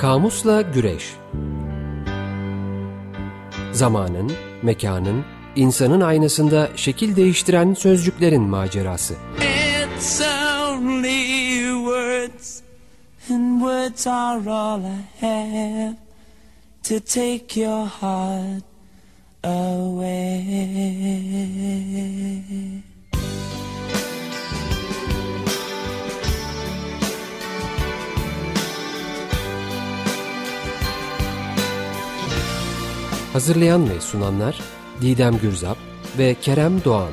Kamusla Güreş. Zamanın, mekanın, insanın aynasında şekil değiştiren sözcüklerin macerası. It's only words, and words are all I have to take your heart away. Hazırlayan ve sunanlar Didem Gürzap ve Kerem Doğan.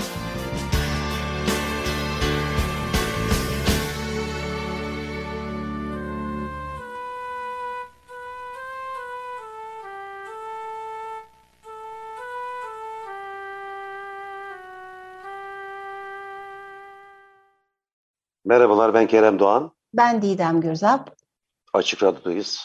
Merhabalar, ben Kerem Doğan. Ben Didem Gürzap. Açık Radyo'dayız.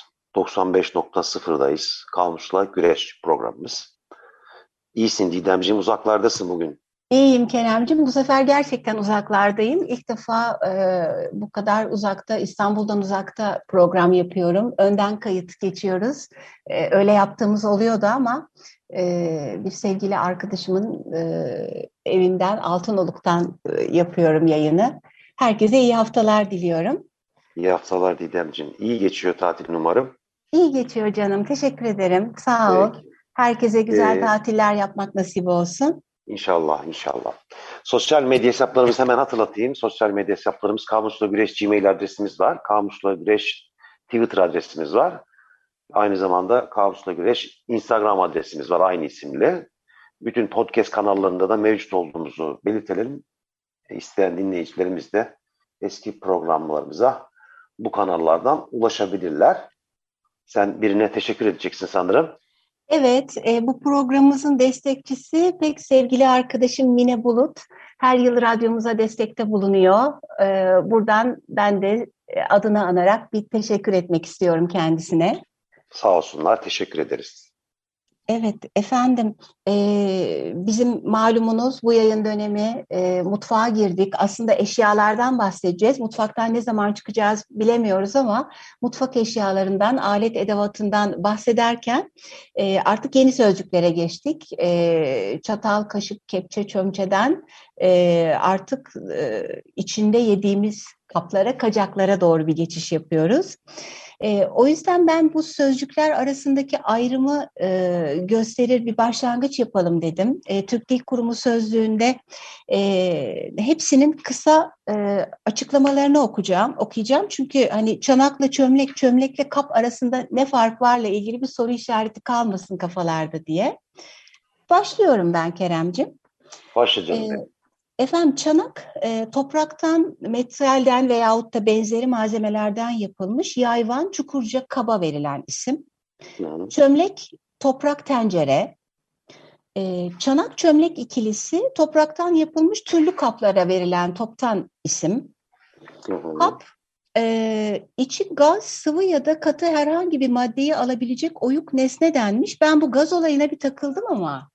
95.0'dayız. Kamusla Güreş programımız. İyisin Didemciğim, uzaklardasın bugün. İyiyim Keremcim. Bu sefer gerçekten uzaklardayım. İlk defa bu kadar uzakta, İstanbul'dan uzakta program yapıyorum. Önden kayıt geçiyoruz. Öyle yaptığımız oluyordu ama bir sevgili arkadaşımın evinden, Altınoluk'tan yapıyorum yayını. Herkese iyi haftalar diliyorum. İyi haftalar Didemciğim. İyi geçiyor tatil umarım. İyi geçiyor canım. Teşekkür ederim. Sağ ol. Herkese güzel tatiller yapmak nasip olsun. İnşallah, inşallah. Sosyal medya hesaplarımızı hemen hatırlatayım. Sosyal medya hesaplarımız Kamusla Güreş Gmail adresimiz var. Kamusla Güreş Twitter adresimiz var. Aynı zamanda Kamusla Güreş Instagram adresimiz var aynı isimle. Bütün podcast kanallarında da mevcut olduğumuzu belirtelim. İsteyen dinleyicilerimiz de eski programlarımıza bu kanallardan ulaşabilirler. Sen birine teşekkür edeceksin sanırım. Evet, bu programımızın destekçisi pek sevgili arkadaşım Mine Bulut. Her yıl radyomuza destekte bulunuyor. Buradan ben de adını anarak bir teşekkür etmek istiyorum kendisine. Sağ olsunlar, teşekkür ederiz. Evet efendim, bizim malumunuz bu yayın dönemi mutfağa girdik. Aslında eşyalardan bahsedeceğiz. Mutfaktan ne zaman çıkacağız bilemiyoruz ama mutfak eşyalarından, alet edevatından bahsederken artık yeni sözcüklere geçtik. Çatal, kaşık, kepçe, çömçeden artık içinde yediğimiz kaplara, kacaklara doğru bir geçiş yapıyoruz. O yüzden ben bu sözcükler arasındaki ayrımı gösterir bir başlangıç yapalım dedim. Türk Dil Kurumu sözlüğünde hepsinin kısa açıklamalarını okuyacağım. Çünkü hani çanakla çömlek, çömlekle kap arasında ne fark varla ilgili bir soru işareti kalmasın kafalarda diye. Başlıyorum ben Keremciğim. Başlayacağım. Efendim çanak topraktan, metalden veyahut da benzeri malzemelerden yapılmış yayvan, çukurca kaba verilen isim. Çömlek, toprak tencere. Çanak çömlek ikilisi topraktan yapılmış türlü kaplara verilen toptan isim. Kap, içi gaz, sıvı ya da katı herhangi bir maddeyi alabilecek oyuk nesne denmiş. Ben bu gaz olayına bir takıldım ama...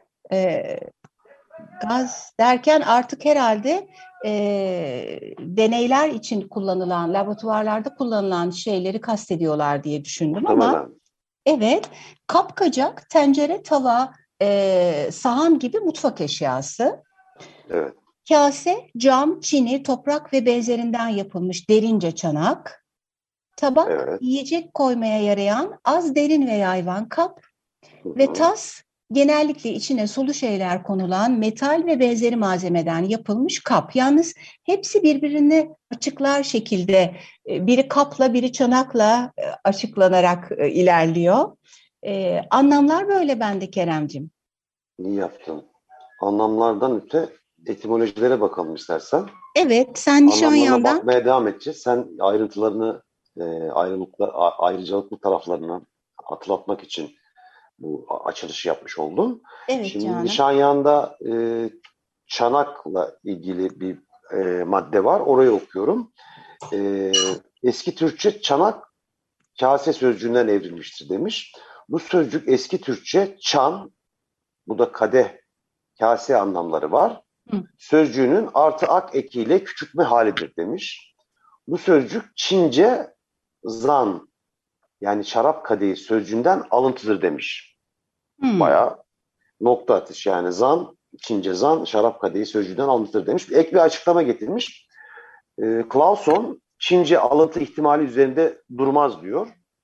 Gaz derken artık herhalde deneyler için kullanılan, laboratuvarlarda kullanılan şeyleri kastediyorlar diye düşündüm ama evet, kapkacak, tencere, tava, sahan gibi mutfak eşyası. Evet. Kase, cam, çini, toprak ve benzerinden yapılmış derince çanak. Tabak, yiyecek koymaya yarayan az derin ve yayvan kap. Ve tas, genellikle içine sulu şeyler konulan metal ve benzeri malzemeden yapılmış kap. Yalnız hepsi birbirini açıklar şekilde biri kapla biri çanakla açıklanarak ilerliyor. Anlamlar böyle bende Keremcim. İyi yaptın. Anlamlardan öte etimolojilere bakalım istersen. Evet, sen Nişanyan'dan bakmaya devam edeceğiz. Sen ayrıntılarını, ayrıcalıklı taraflarını hatırlatmak için bu açılışı yapmış oldum. Evet, şimdi canım. Nişanyan'da çanakla ilgili bir madde var. Orayı okuyorum. Eski Türkçe çanak kase sözcüğünden evrilmiştir demiş. Bu sözcük eski Türkçe çan, bu da kadeh, kase anlamları var. Sözcüğünün artı ak ekiyle küçültme halidir demiş. Bu sözcük Çince zan Yani şarap kadehi sözcüğünden alıntıdır demiş. Hmm. Bayağı nokta atış yani zan, Çince zan, şarap kadehi sözcüğünden alıntıdır demiş. Ek bir açıklama getirmiş. Clauson, Çince alıntı ihtimali üzerinde durmaz diyor.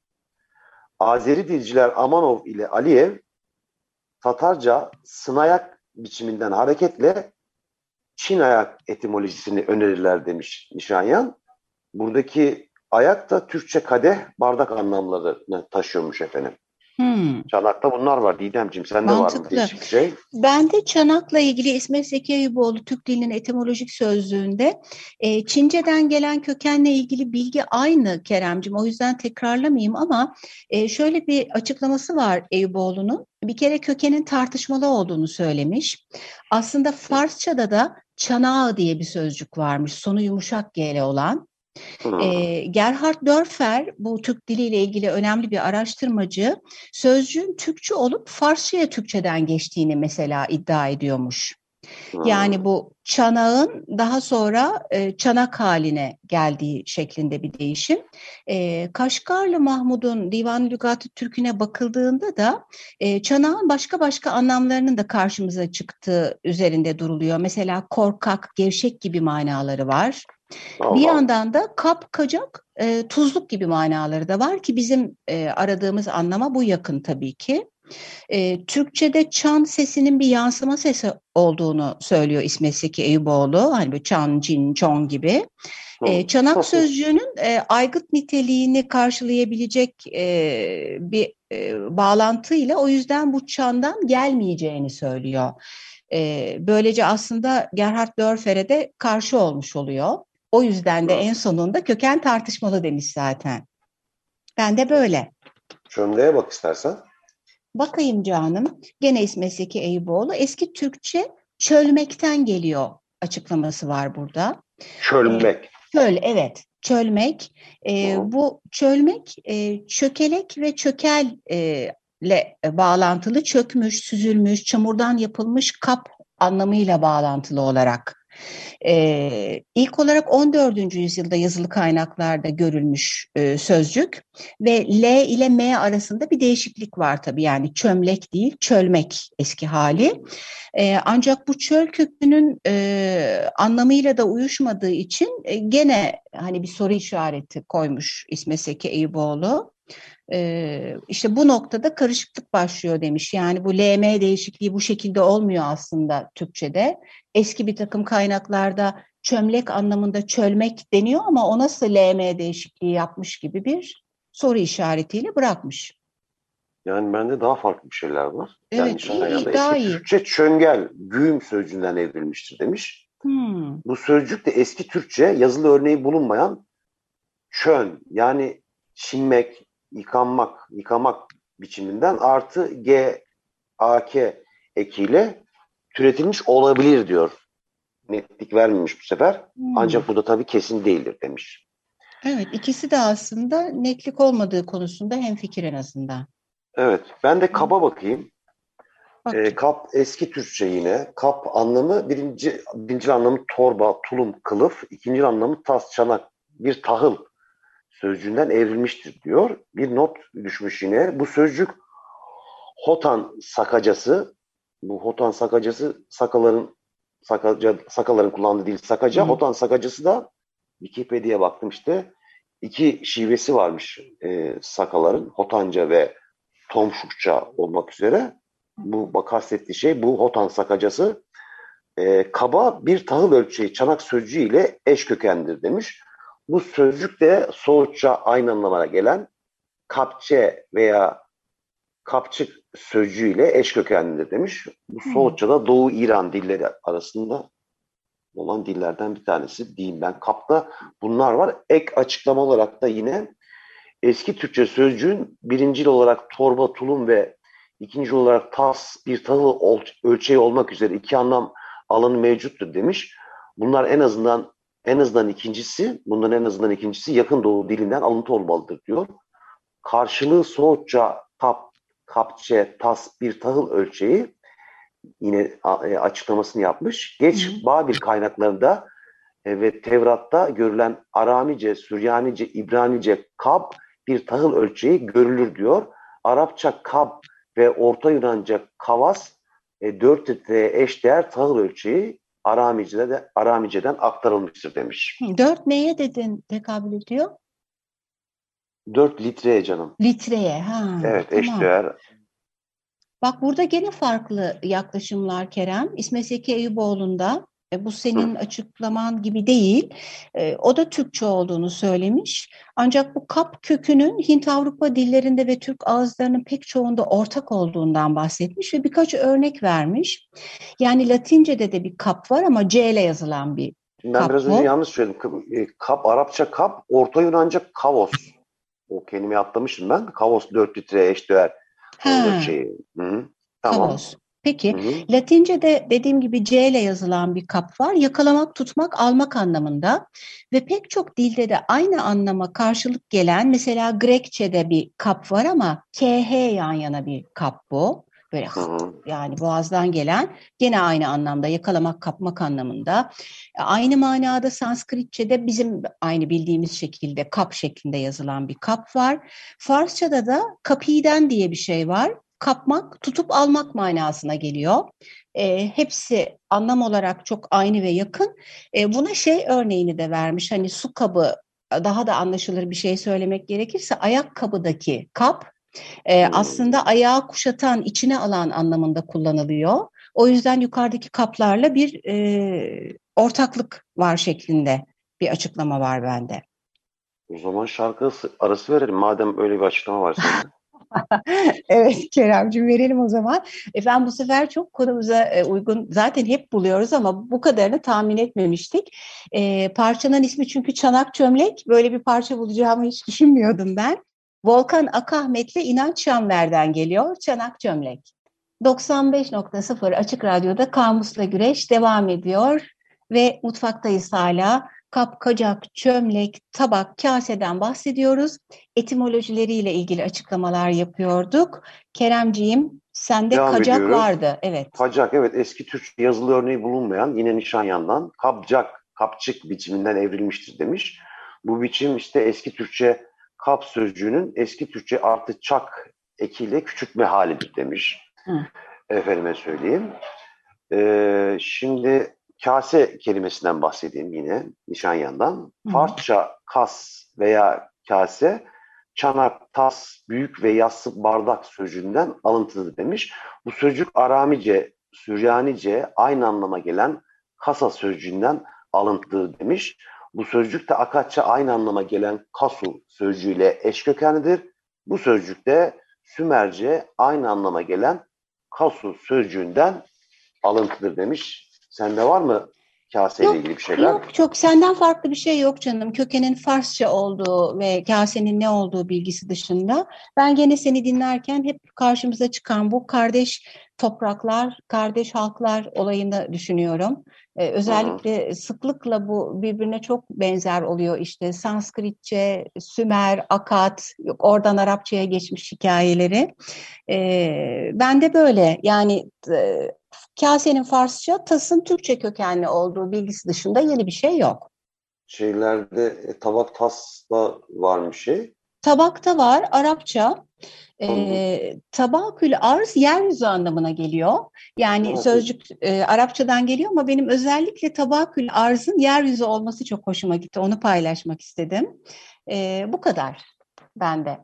Azeri dilciler Amanov ile Aliyev, Tatarca sınayak biçiminden hareketle Çin ayak etimolojisini önerirler demiş Nişanyan. Buradaki ayak da Türkçe kadeh, bardak anlamlarını taşıyormuş efendim. Hmm. Çanak'ta bunlar var Didemciğim. Sende var mı Mantıklı. değişik bir şey? Ben de çanakla ilgili İsmet Zeki Ayıboğlu Türk Dilinin Etimolojik Sözlüğü'nde Çince'den gelen kökenle ilgili bilgi aynı Keremcim. O yüzden tekrarlamayayım ama şöyle bir açıklaması var Eyüboğlu'nun. Bir kere kökenin tartışmalı olduğunu söylemiş. Aslında Farsça'da da çanağı diye bir sözcük varmış. Sonu yumuşak G'li olan. Gerhard Dörfer, bu Türk diliyle ilgili önemli bir araştırmacı, sözcüğün Türkçe olup Farsça'ya Türkçeden geçtiğini mesela iddia ediyormuş. Yani bu çanağın daha sonra çanak haline geldiği şeklinde bir değişim. Kaşgarlı Mahmud'un Divan-ı Lügat-ı Türk'üne bakıldığında da çanağın başka anlamlarının da karşımıza çıktığı üzerinde duruluyor. Mesela korkak, gevşek gibi manaları var. Bir yandan da kap, kacak, tuzluk gibi manaları da var ki bizim aradığımız anlama bu yakın tabii ki. Türkçe'de çan sesinin bir yansıma sesi olduğunu söylüyor İsmet Zeki Eyüboğlu. Hani böyle çan, cin, çon gibi. Çanak sözcüğünün aygıt niteliğini karşılayabilecek bir bağlantıyla o yüzden bu çandan gelmeyeceğini söylüyor. Böylece aslında Gerhard Dörfer'e de karşı olmuş oluyor. O yüzden de en sonunda köken tartışmalı demiş zaten. Ben de böyle. Çömleğe bak istersen. Bakayım canım. Gene İsmet Zeki Eyüboğlu. Eski Türkçe çölmekten geliyor açıklaması var burada. Çölmek. Çöl, evet. Çölmek. Bu çölmek çökelek ve çökelle bağlantılı, çökmüş, süzülmüş, çamurdan yapılmış kap anlamıyla bağlantılı olarak. İlk olarak 14. yüzyılda yazılı kaynaklarda görülmüş sözcük ve L ile M arasında bir değişiklik var tabii, yani çömlek değil çölmek eski hali. Ancak bu çöl kökünün anlamıyla da uyuşmadığı için gene hani bir soru işareti koymuş İsmet Zeki Eyüboğlu. İşte bu noktada karışıklık başlıyor demiş. Yani bu LM değişikliği bu şekilde olmuyor aslında Türkçe'de. Eski bir takım kaynaklarda çömlek anlamında çölmek deniyor ama o nasıl LM değişikliği yapmış gibi bir soru işaretiyle bırakmış. Yani bende daha farklı bir şeyler var. Evet, Yani iyi, eski daha iyi. Türkçe çöngel, güğüm sözcüğünden evrilmiştir demiş. Bu sözcük de eski Türkçe yazılı örneği bulunmayan çön, yani çinmek, yıkamak biçiminden artı G, A, K ekiyle türetilmiş olabilir diyor. Netlik vermemiş bu sefer. Ancak bu da tabii kesin değildir demiş. Evet, ikisi de aslında netlik olmadığı konusunda hemfikir en azından. Evet, ben de kaba bakayım. Kap eski Türkçe yine. Kap anlamı birinci anlamı torba, tulum, kılıf. İkinci anlamı tas, çanak, bir tahıl sözcüğünden evrilmiştir diyor. Bir not düşmüş yine. Bu sözcük Hotan sakacası. Bu Hotan sakacası sakaların kullandığı dil sakaca. Hotan sakacası da Wikipedia'ya baktım işte. İki şivesi varmış sakaların. Hotanca ve Tomşukça olmak üzere. Bu kastettiği şey bu Hotan sakacası. Kaba bir tahıl ölçeği çanak sözcüğü ile eş kökendir demiş. Bu sözcük de Soğutça aynı anlamına gelen kapçe veya kapçık sözcüğü ile eş kökenlidir demiş. Bu Soğutça'da Doğu İran dilleri arasında olan dillerden bir tanesi diyeyim ben. Kap'ta bunlar var. Ek açıklama olarak da yine eski Türkçe sözcüğün birincil olarak torba, tulum ve ikinci olarak tas, bir tahıl ölçeği olmak üzere iki anlam alanı mevcuttur demiş. Bunlar en azından ikincisi yakın doğu dilinden alıntı olmalıdır diyor. Karşılığı Soğutça kap, kapçe, tas, bir tahıl ölçeği yine açıklamasını yapmış. Geç Babil kaynaklarında ve Tevrat'ta görülen Aramice, Süryanice, İbranice kap bir tahıl ölçeği görülür diyor. Arapça kab ve Orta Yunanca kavas 4 litreye eşdeğer tahıl ölçeği Aramiceden aktarılmıştır demiş. 4 neye dedin tekabül ediyor? 4 litreye canım. Litreye. Ha, Evet, tamam. eşdeğer. Bak burada gene farklı yaklaşımlar Kerem. İsmet Zeki Eyüboğlu'nda bu senin açıklaman gibi değil. O da Türkçe olduğunu söylemiş. Ancak bu kap kökünün Hint-Avrupa dillerinde ve Türk ağızlarının pek çoğunda ortak olduğundan bahsetmiş ve birkaç örnek vermiş. Yani Latince'de de bir kap var ama C ile yazılan bir Ben kap biraz bu. önce yanlış söyledim. Kap, Arapça kap, Orta Yunanca kavos. O kelimeyi atlamışım ben. Kavos 4 litreye eşdeğer tahıl Ha, ölçeği. Hı-hı. Tamam. kavos. Peki, Hı-hı. Latince'de dediğim gibi C ile yazılan bir kap var. Yakalamak, tutmak, almak anlamında ve pek çok dilde de aynı anlama karşılık gelen, mesela Grekçe'de bir kap var ama KH yan yana bir kap bu. Böyle Hı-hı. yani boğazdan gelen, gene aynı anlamda yakalamak, kapmak anlamında. Aynı manada Sanskritçe'de bizim aynı bildiğimiz şekilde kap şeklinde yazılan bir kap var. Farsça'da da kapiden diye bir şey var. Kapmak, tutup almak manasına geliyor. Hepsi anlam olarak çok aynı ve yakın. Buna şey örneğini de vermiş. Hani su kabı, daha da anlaşılır bir şey söylemek gerekirse ayakkabıdaki kap aslında ayağı kuşatan, içine alan anlamında kullanılıyor. O yüzden yukarıdaki kaplarla bir ortaklık var şeklinde bir açıklama var bende. O zaman şarkı arası verelim. Madem öyle bir açıklama var sende. Evet Keremciğim, verelim o zaman. Efendim bu sefer çok konumuza uygun, zaten hep buluyoruz ama bu kadarını tahmin etmemiştik. Parçanın ismi çünkü Çanak Çömlek. Böyle bir parça bulacağımı hiç düşünmüyordum ben. Volkan Akahmet'le İnanç Şamver'den geliyor Çanak Çömlek. 95.0 Açık Radyo'da Kamusla Güreş devam ediyor ve mutfaktayız hala. Kap, kacak, çömlek, tabak, kaseden bahsediyoruz. Etimolojileriyle ilgili açıklamalar yapıyorduk. Keremciğim, sende Devam kacak ediyoruz. vardı. Evet. Kacak, evet, eski Türkçe yazılı örneği bulunmayan yine Nişanyan'dan kapcak, kapçık biçiminden evrilmiştir demiş. Bu biçim işte eski Türkçe kap sözcüğünün eski Türkçe artı çak ekiyle küçültme halidir demiş. Hı. Efendime söyleyeyim. Şimdi kase kelimesinden bahsedeyim yine Nişanyan'dan. Farsça kas veya kase, çanak, tas, büyük ve yassı bardak sözcüğünden alıntılı demiş. Bu sözcük Aramice, Süryanice aynı anlama gelen kasa sözcüğünden alıntılı demiş. Bu sözcük de Akatça aynı anlama gelen kasu sözcüğüyle eş kökenlidir. Bu sözcük de Sümerce aynı anlama gelen kasu sözcüğünden alıntıdır demiş. Sende var mı kaseyle ilgili bir şeyler? Yok, çok senden farklı bir şey yok canım. Kökenin Farsça olduğu ve kasenin ne olduğu bilgisi dışında. Ben gene seni dinlerken hep karşımıza çıkan bu kardeş topraklar, kardeş halklar olayını düşünüyorum. Özellikle sıklıkla bu birbirine çok benzer oluyor işte. Sanskritçe, Sümer, Akat, yok, oradan Arapçaya geçmiş hikayeleri. Ben de böyle yani kasenin Farsça, tasın Türkçe kökenli olduğu bilgisi dışında yeni bir şey yok. Şeylerde tabak tas da var bir şey. Tabakta var Arapça. Tabakül arz yeryüzü anlamına geliyor. Yani Evet. sözcük Arapçadan geliyor ama benim özellikle tabakül arzın yeryüzü olması çok hoşuma gitti. Onu paylaşmak istedim. Bu kadar bende.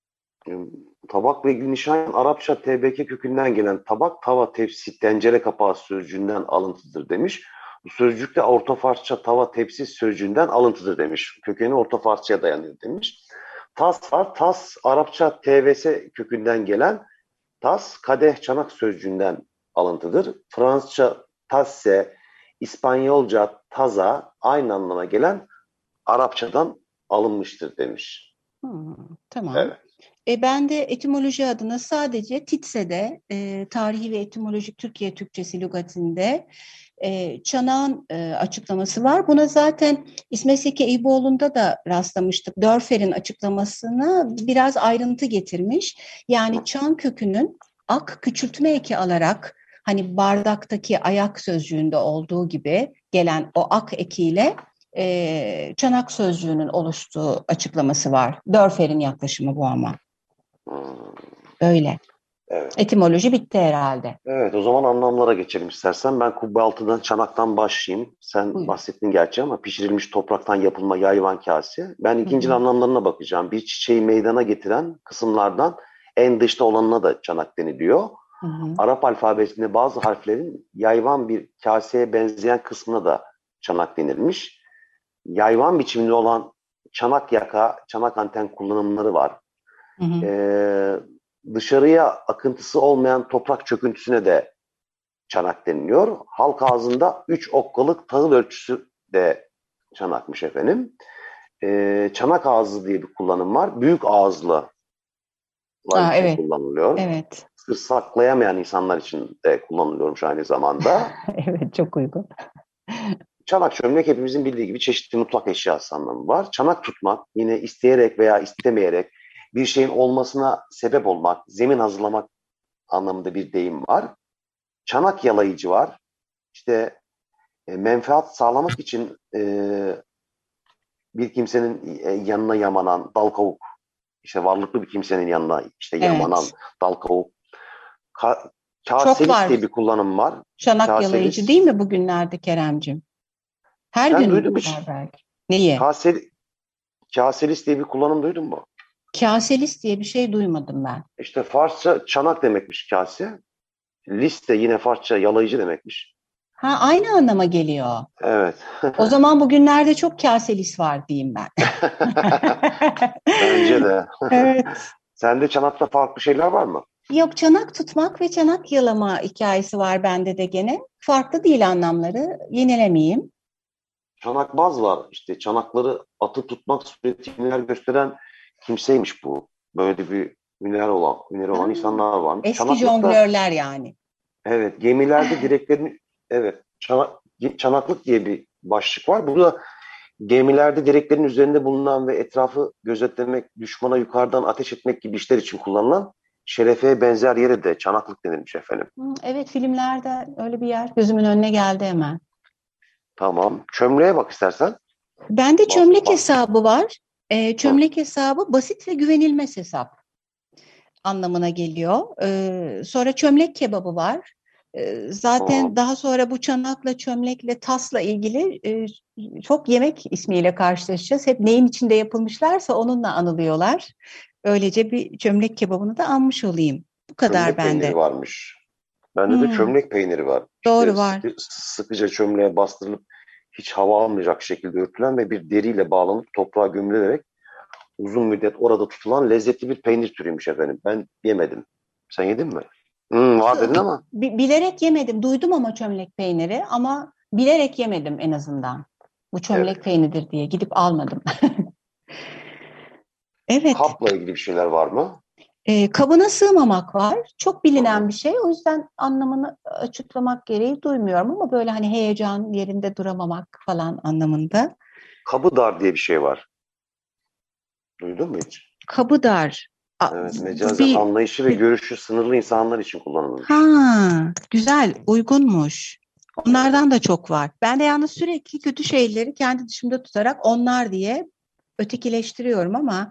Tabakla ilgili Nişanyan Arapça TBK kökünden gelen tabak, tava, tepsi, tencere kapağı sözcüğünden alıntıdır demiş. Bu sözcük de Orta Farsça tava, tepsi sözcüğünden alıntıdır demiş. Kökeni Orta Farsça'ya dayanıyor demiş. Tas var. Tas Arapça TVS kökünden gelen tas, kadeh, çanak sözcüğünden alıntıdır. Fransızca tasse, İspanyolca taza aynı anlama gelen Arapçadan alınmıştır demiş. Tamam. Evet. Ben de etimoloji adına sadece TİTSE'de, Tarihi ve Etimolojik Türkiye Türkçesi lügatinde çanağın açıklaması var. Buna zaten İsmet Zeki Eyüboğlu'nda da rastlamıştık. Dörfer'in açıklamasına biraz ayrıntı getirmiş. Yani çan kökünün ak küçültme eki alarak, hani bardaktaki ayak sözcüğünde olduğu gibi gelen o ak ekiyle çanak sözcüğünün oluştuğu açıklaması var. Dörfer'in yaklaşımı bu ama. Öyle. Evet. Etimoloji bitti herhalde. Evet, o zaman anlamlara geçelim istersen. Ben kubbe altıdan, çanaktan başlayayım. Sen Buyurun. bahsettin gerçi ama pişirilmiş topraktan yapılma yayvan kase. Ben ikinci anlamlarına bakacağım. Bir çiçeği meydana getiren kısımlardan en dışta olanına da çanak deniliyor. Arap alfabesinde bazı harflerin yayvan bir kaseye benzeyen kısmına da çanak denilmiş. Yayvan biçimli olan çanak yaka, çanak anten kullanımları var. Dışarıya akıntısı olmayan toprak çöküntüsüne de çanak deniliyor. Halk ağzında 3 okkalık tahıl ölçüsü de çanakmış efendim. Çanak ağzı diye bir kullanım var. Büyük ağızlı Evet. kullanılıyor. Evet. Sır saklayamayan insanlar için de kullanılıyormuş aynı zamanda. Evet, çok uygun. Çanak çömlek hepimizin bildiği gibi çeşitli mutfak eşyası anlamı var. Çanak tutmak yine isteyerek veya istemeyerek bir şeyin olmasına sebep olmak, zemin hazırlamak anlamında bir deyim var. Çanak yalayıcı var. İşte menfaat sağlamak için bir kimsenin yanına yamanan dal kavuk, işte varlıklı bir kimsenin yanına işte yamanan dal kavuk. Kaselis diye bir kullanım var. Çanak yalayıcı değil mi bugünlerde Keremcim? Her Sen gün duydun mu var belki. Neyi? Kaselis diye bir kullanım duydun mu? Kaselis diye bir şey duymadım ben. İşte Farsça çanak demekmiş kase. Lis de yine Farsça yalayıcı demekmiş. Ha, aynı anlama geliyor. Evet. O zaman bugünlerde çok kaselis var diyeyim ben. Bence de. Evet. Sende çanakta farklı şeyler var mı? Yok, çanak tutmak ve çanak yalama hikayesi var bende de gene. Farklı değil anlamları. Yenilemeyeyim. Çanakbaz var. İşte çanakları atı tutmak suretiyle hüner gösteren kimseymiş bu. Böyle bir hüneri olan insanlar varmış. Eski jonglörler yani. Evet, gemilerde direklerin çanaklık diye bir başlık var. Burada gemilerde direklerin üzerinde bulunan ve etrafı gözetlemek, düşmana yukarıdan ateş etmek gibi işler için kullanılan şerefeye benzer yere de çanaklık denilmiş efendim. Evet, filmlerde öyle bir yer gözümün önüne geldi hemen. Tamam. Çömleğe bak istersen. Bende çömlek hesabı var. Çömlek hesabı basit ve güvenilmez hesap anlamına geliyor. Sonra çömlek kebabı var. Zaten daha sonra bu çanakla, çömlekle, tasla ilgili çok yemek ismiyle karşılaşacağız. Hep neyin içinde yapılmışlarsa onunla anılıyorlar. Öylece bir çömlek kebabını da anmış olayım. Bu kadar çömlek bende. Peyniri varmış. Bende de çömlek peyniri var. Doğru, İşte var. Sıkıca çömleğe bastırılıp hiç hava almayacak şekilde örtülen ve bir deriyle bağlanıp toprağa gömülerek uzun müddet orada tutulan lezzetli bir peynir türüymüş efendim. Ben yemedim. Sen yedin mi? Var dedin ama. Bilerek yemedim. Duydum ama çömlek peyniri, ama bilerek yemedim en azından. Bu çömlek peyniridir diye gidip almadım. Evet. Kapla ilgili bir şeyler var mı? Kabına sığmamak var. Çok bilinen bir şey. O yüzden anlamını açıklamak gereği duymuyorum ama böyle hani heyecan, yerinde duramamak falan anlamında. Kabı dar diye bir şey var. Duydun mu hiç? Kabı dar. Evet, mecazen anlayışı ve görüşü sınırlı insanlar için kullanılmış. Ha, güzel, uygunmuş. Onlardan da çok var. Ben de yalnız sürekli kötü şeyleri kendi dışımda tutarak onlar diye ötekileştiriyorum ama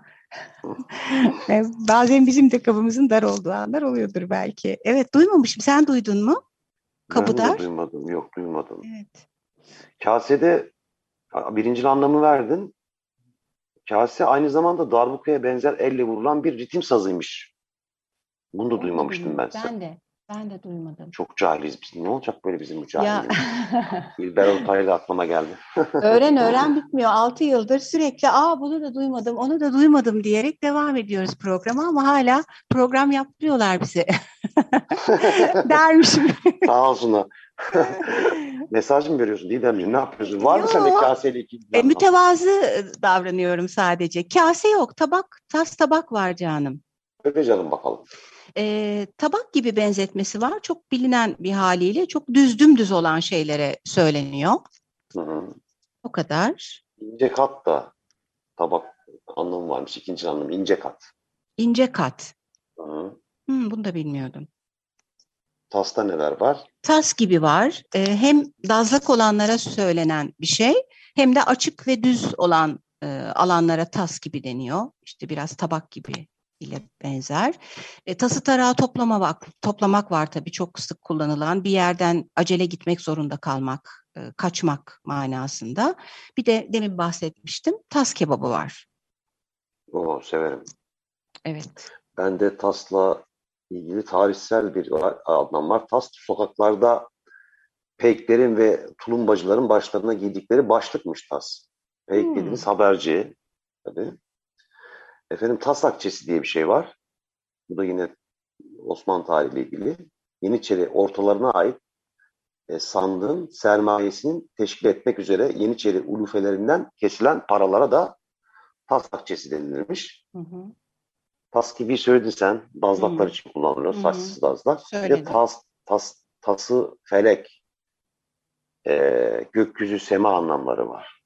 bazen bizim de kabımızın dar olduğu anlar oluyordur belki. Evet, duymamışım. Sen duydun mu? Kabı dar. Ben de duymadım. Yok, duymadım. Evet. Kasede birinci anlamı verdin. Kase aynı zamanda darbukaya benzer elle vurulan bir ritim sazıymış. Bunu da duymamıştım ben. Ben de duymadım. Çok cahiliz biz. Ne olacak böyle bizim bu cahilimiz? İlber Ortaylı aklıma geldi. Öğren bitmiyor. 6 yıldır sürekli bunu da duymadım, onu da duymadım diyerek devam ediyoruz programa ama hala program yaptırıyorlar bize. Dermişim. Sağ olsunlar. Mesaj mı veriyorsun Didemciğim? Ne yapıyorsun? Var mı sende kaseyle ilgili? Mütevazı davranıyorum sadece. Kase yok. Tabak var canım. Öyle canım bakalım. Tabak gibi benzetmesi var. Çok bilinen bir haliyle çok dümdüz olan şeylere söyleniyor. Hı. O kadar. İnce kat da tabak anlamı varmış. İkinci anlamı ince kat. İnce kat. Hı. Bunu da bilmiyordum. Tas'ta neler var? Tas gibi var. Hem dazlak olanlara söylenen bir şey, Hem de açık ve düz olan alanlara tas gibi deniyor. İşte biraz tabak gibi ile benzer. Tası tarağı toplamak var tabii, çok sık kullanılan. Bir yerden acele gitmek zorunda kalmak, kaçmak manasında. Bir de demin bahsetmiştim, tas kebabı var. O severim. Evet. Ben de TAS'la ilgili tarihsel bir anlam var. TAS sokaklarda peyklerin ve tulumbacıların başlarına giydikleri başlıkmış TAS. Peyk dediğiniz haberci. Tabii. Efendim TAS akçesi diye bir şey var. Bu da yine Osmanlı tarihiyle ilgili. Yeniçeri ortalarına ait sandığın sermayesini teşkil etmek üzere Yeniçeri ulufelerinden kesilen paralara da TAS akçesi denilirmiş. Hı hı. Tas gibi söyledin sen. Dazlaklar için kullanılıyor. Saçsız dazlak. Bir de tası felek, gökyüzü sema anlamları var.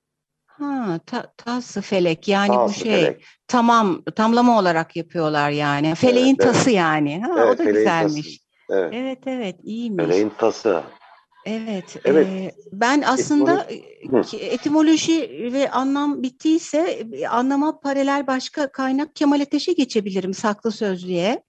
Tası felek yani Tası bu şey felek. Tamlama olarak yapıyorlar yani. Feleğin tası yani. Evet, o da güzelmiş. Tası. Evet, iyiymiş. Feleğin tası. Evet. Evet. Ben aslında etimoloji ve anlam bittiyse anlama paralel başka kaynak Kemal Ateş'e geçebilirim, saklı sözlüğe.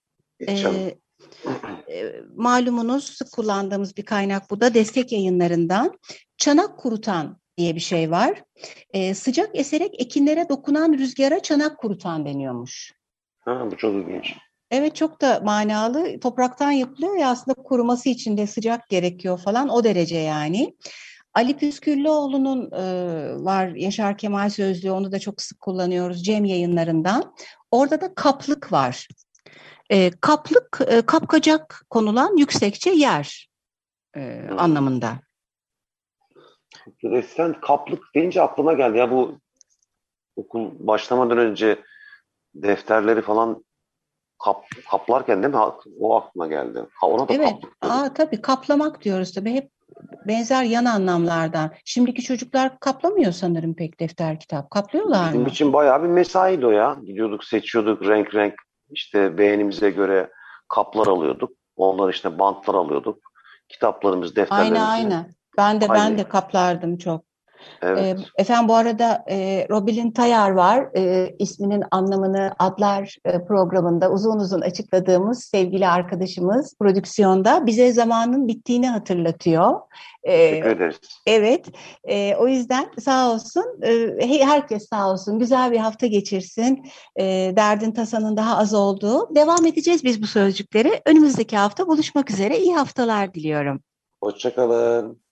Malumunuz sık kullandığımız bir kaynak bu da, Destek Yayınlarından. Çanak kurutan diye bir şey var. Sıcak eserek ekinlere dokunan rüzgara çanak kurutan deniyormuş. Bu çok ilginç. Evet, çok da manalı. Topraktan yapılıyor ya, aslında kuruması için de sıcak gerekiyor falan, o derece yani. Ali Püsküllüoğlu'nun var Yaşar Kemal Sözlüğü, onu da çok sık kullanıyoruz Cem Yayınlarından. Orada da kaplık var. Kaplık, kapkacak konulan yüksekçe yer anlamında. Eskiden kaplık deyince aklıma geldi. Ya bu okul başlamadan önce defterleri falan kaplarken değil mi? O aklıma geldi. Ona da evet. kaplık. Tabii kaplamak diyoruz tabii. Hep benzer yan anlamlardan. Şimdiki çocuklar kaplamıyor sanırım pek defter kitap. Kaplıyorlar mı? Bizim için bayağı bir mesaiydi o ya. Gidiyorduk, seçiyorduk renk renk. İşte beğenimize göre kaplar alıyorduk. Ondan işte bantlar alıyorduk. Kitaplarımız, defterlerimizi. Aynen. Ben de kaplardım çok. Evet. Efendim bu arada Robilin Tayar var. İsminin anlamını Adlar programında uzun uzun açıkladığımız sevgili arkadaşımız prodüksiyonda bize zamanın bittiğini hatırlatıyor. Teşekkür ederiz. Evet. O yüzden sağ olsun. Herkes sağ olsun. Güzel bir hafta geçirsin. Derdin tasanın daha az olduğu. Devam edeceğiz biz bu sözcükleri. Önümüzdeki hafta buluşmak üzere. İyi haftalar diliyorum. Hoşça kalın.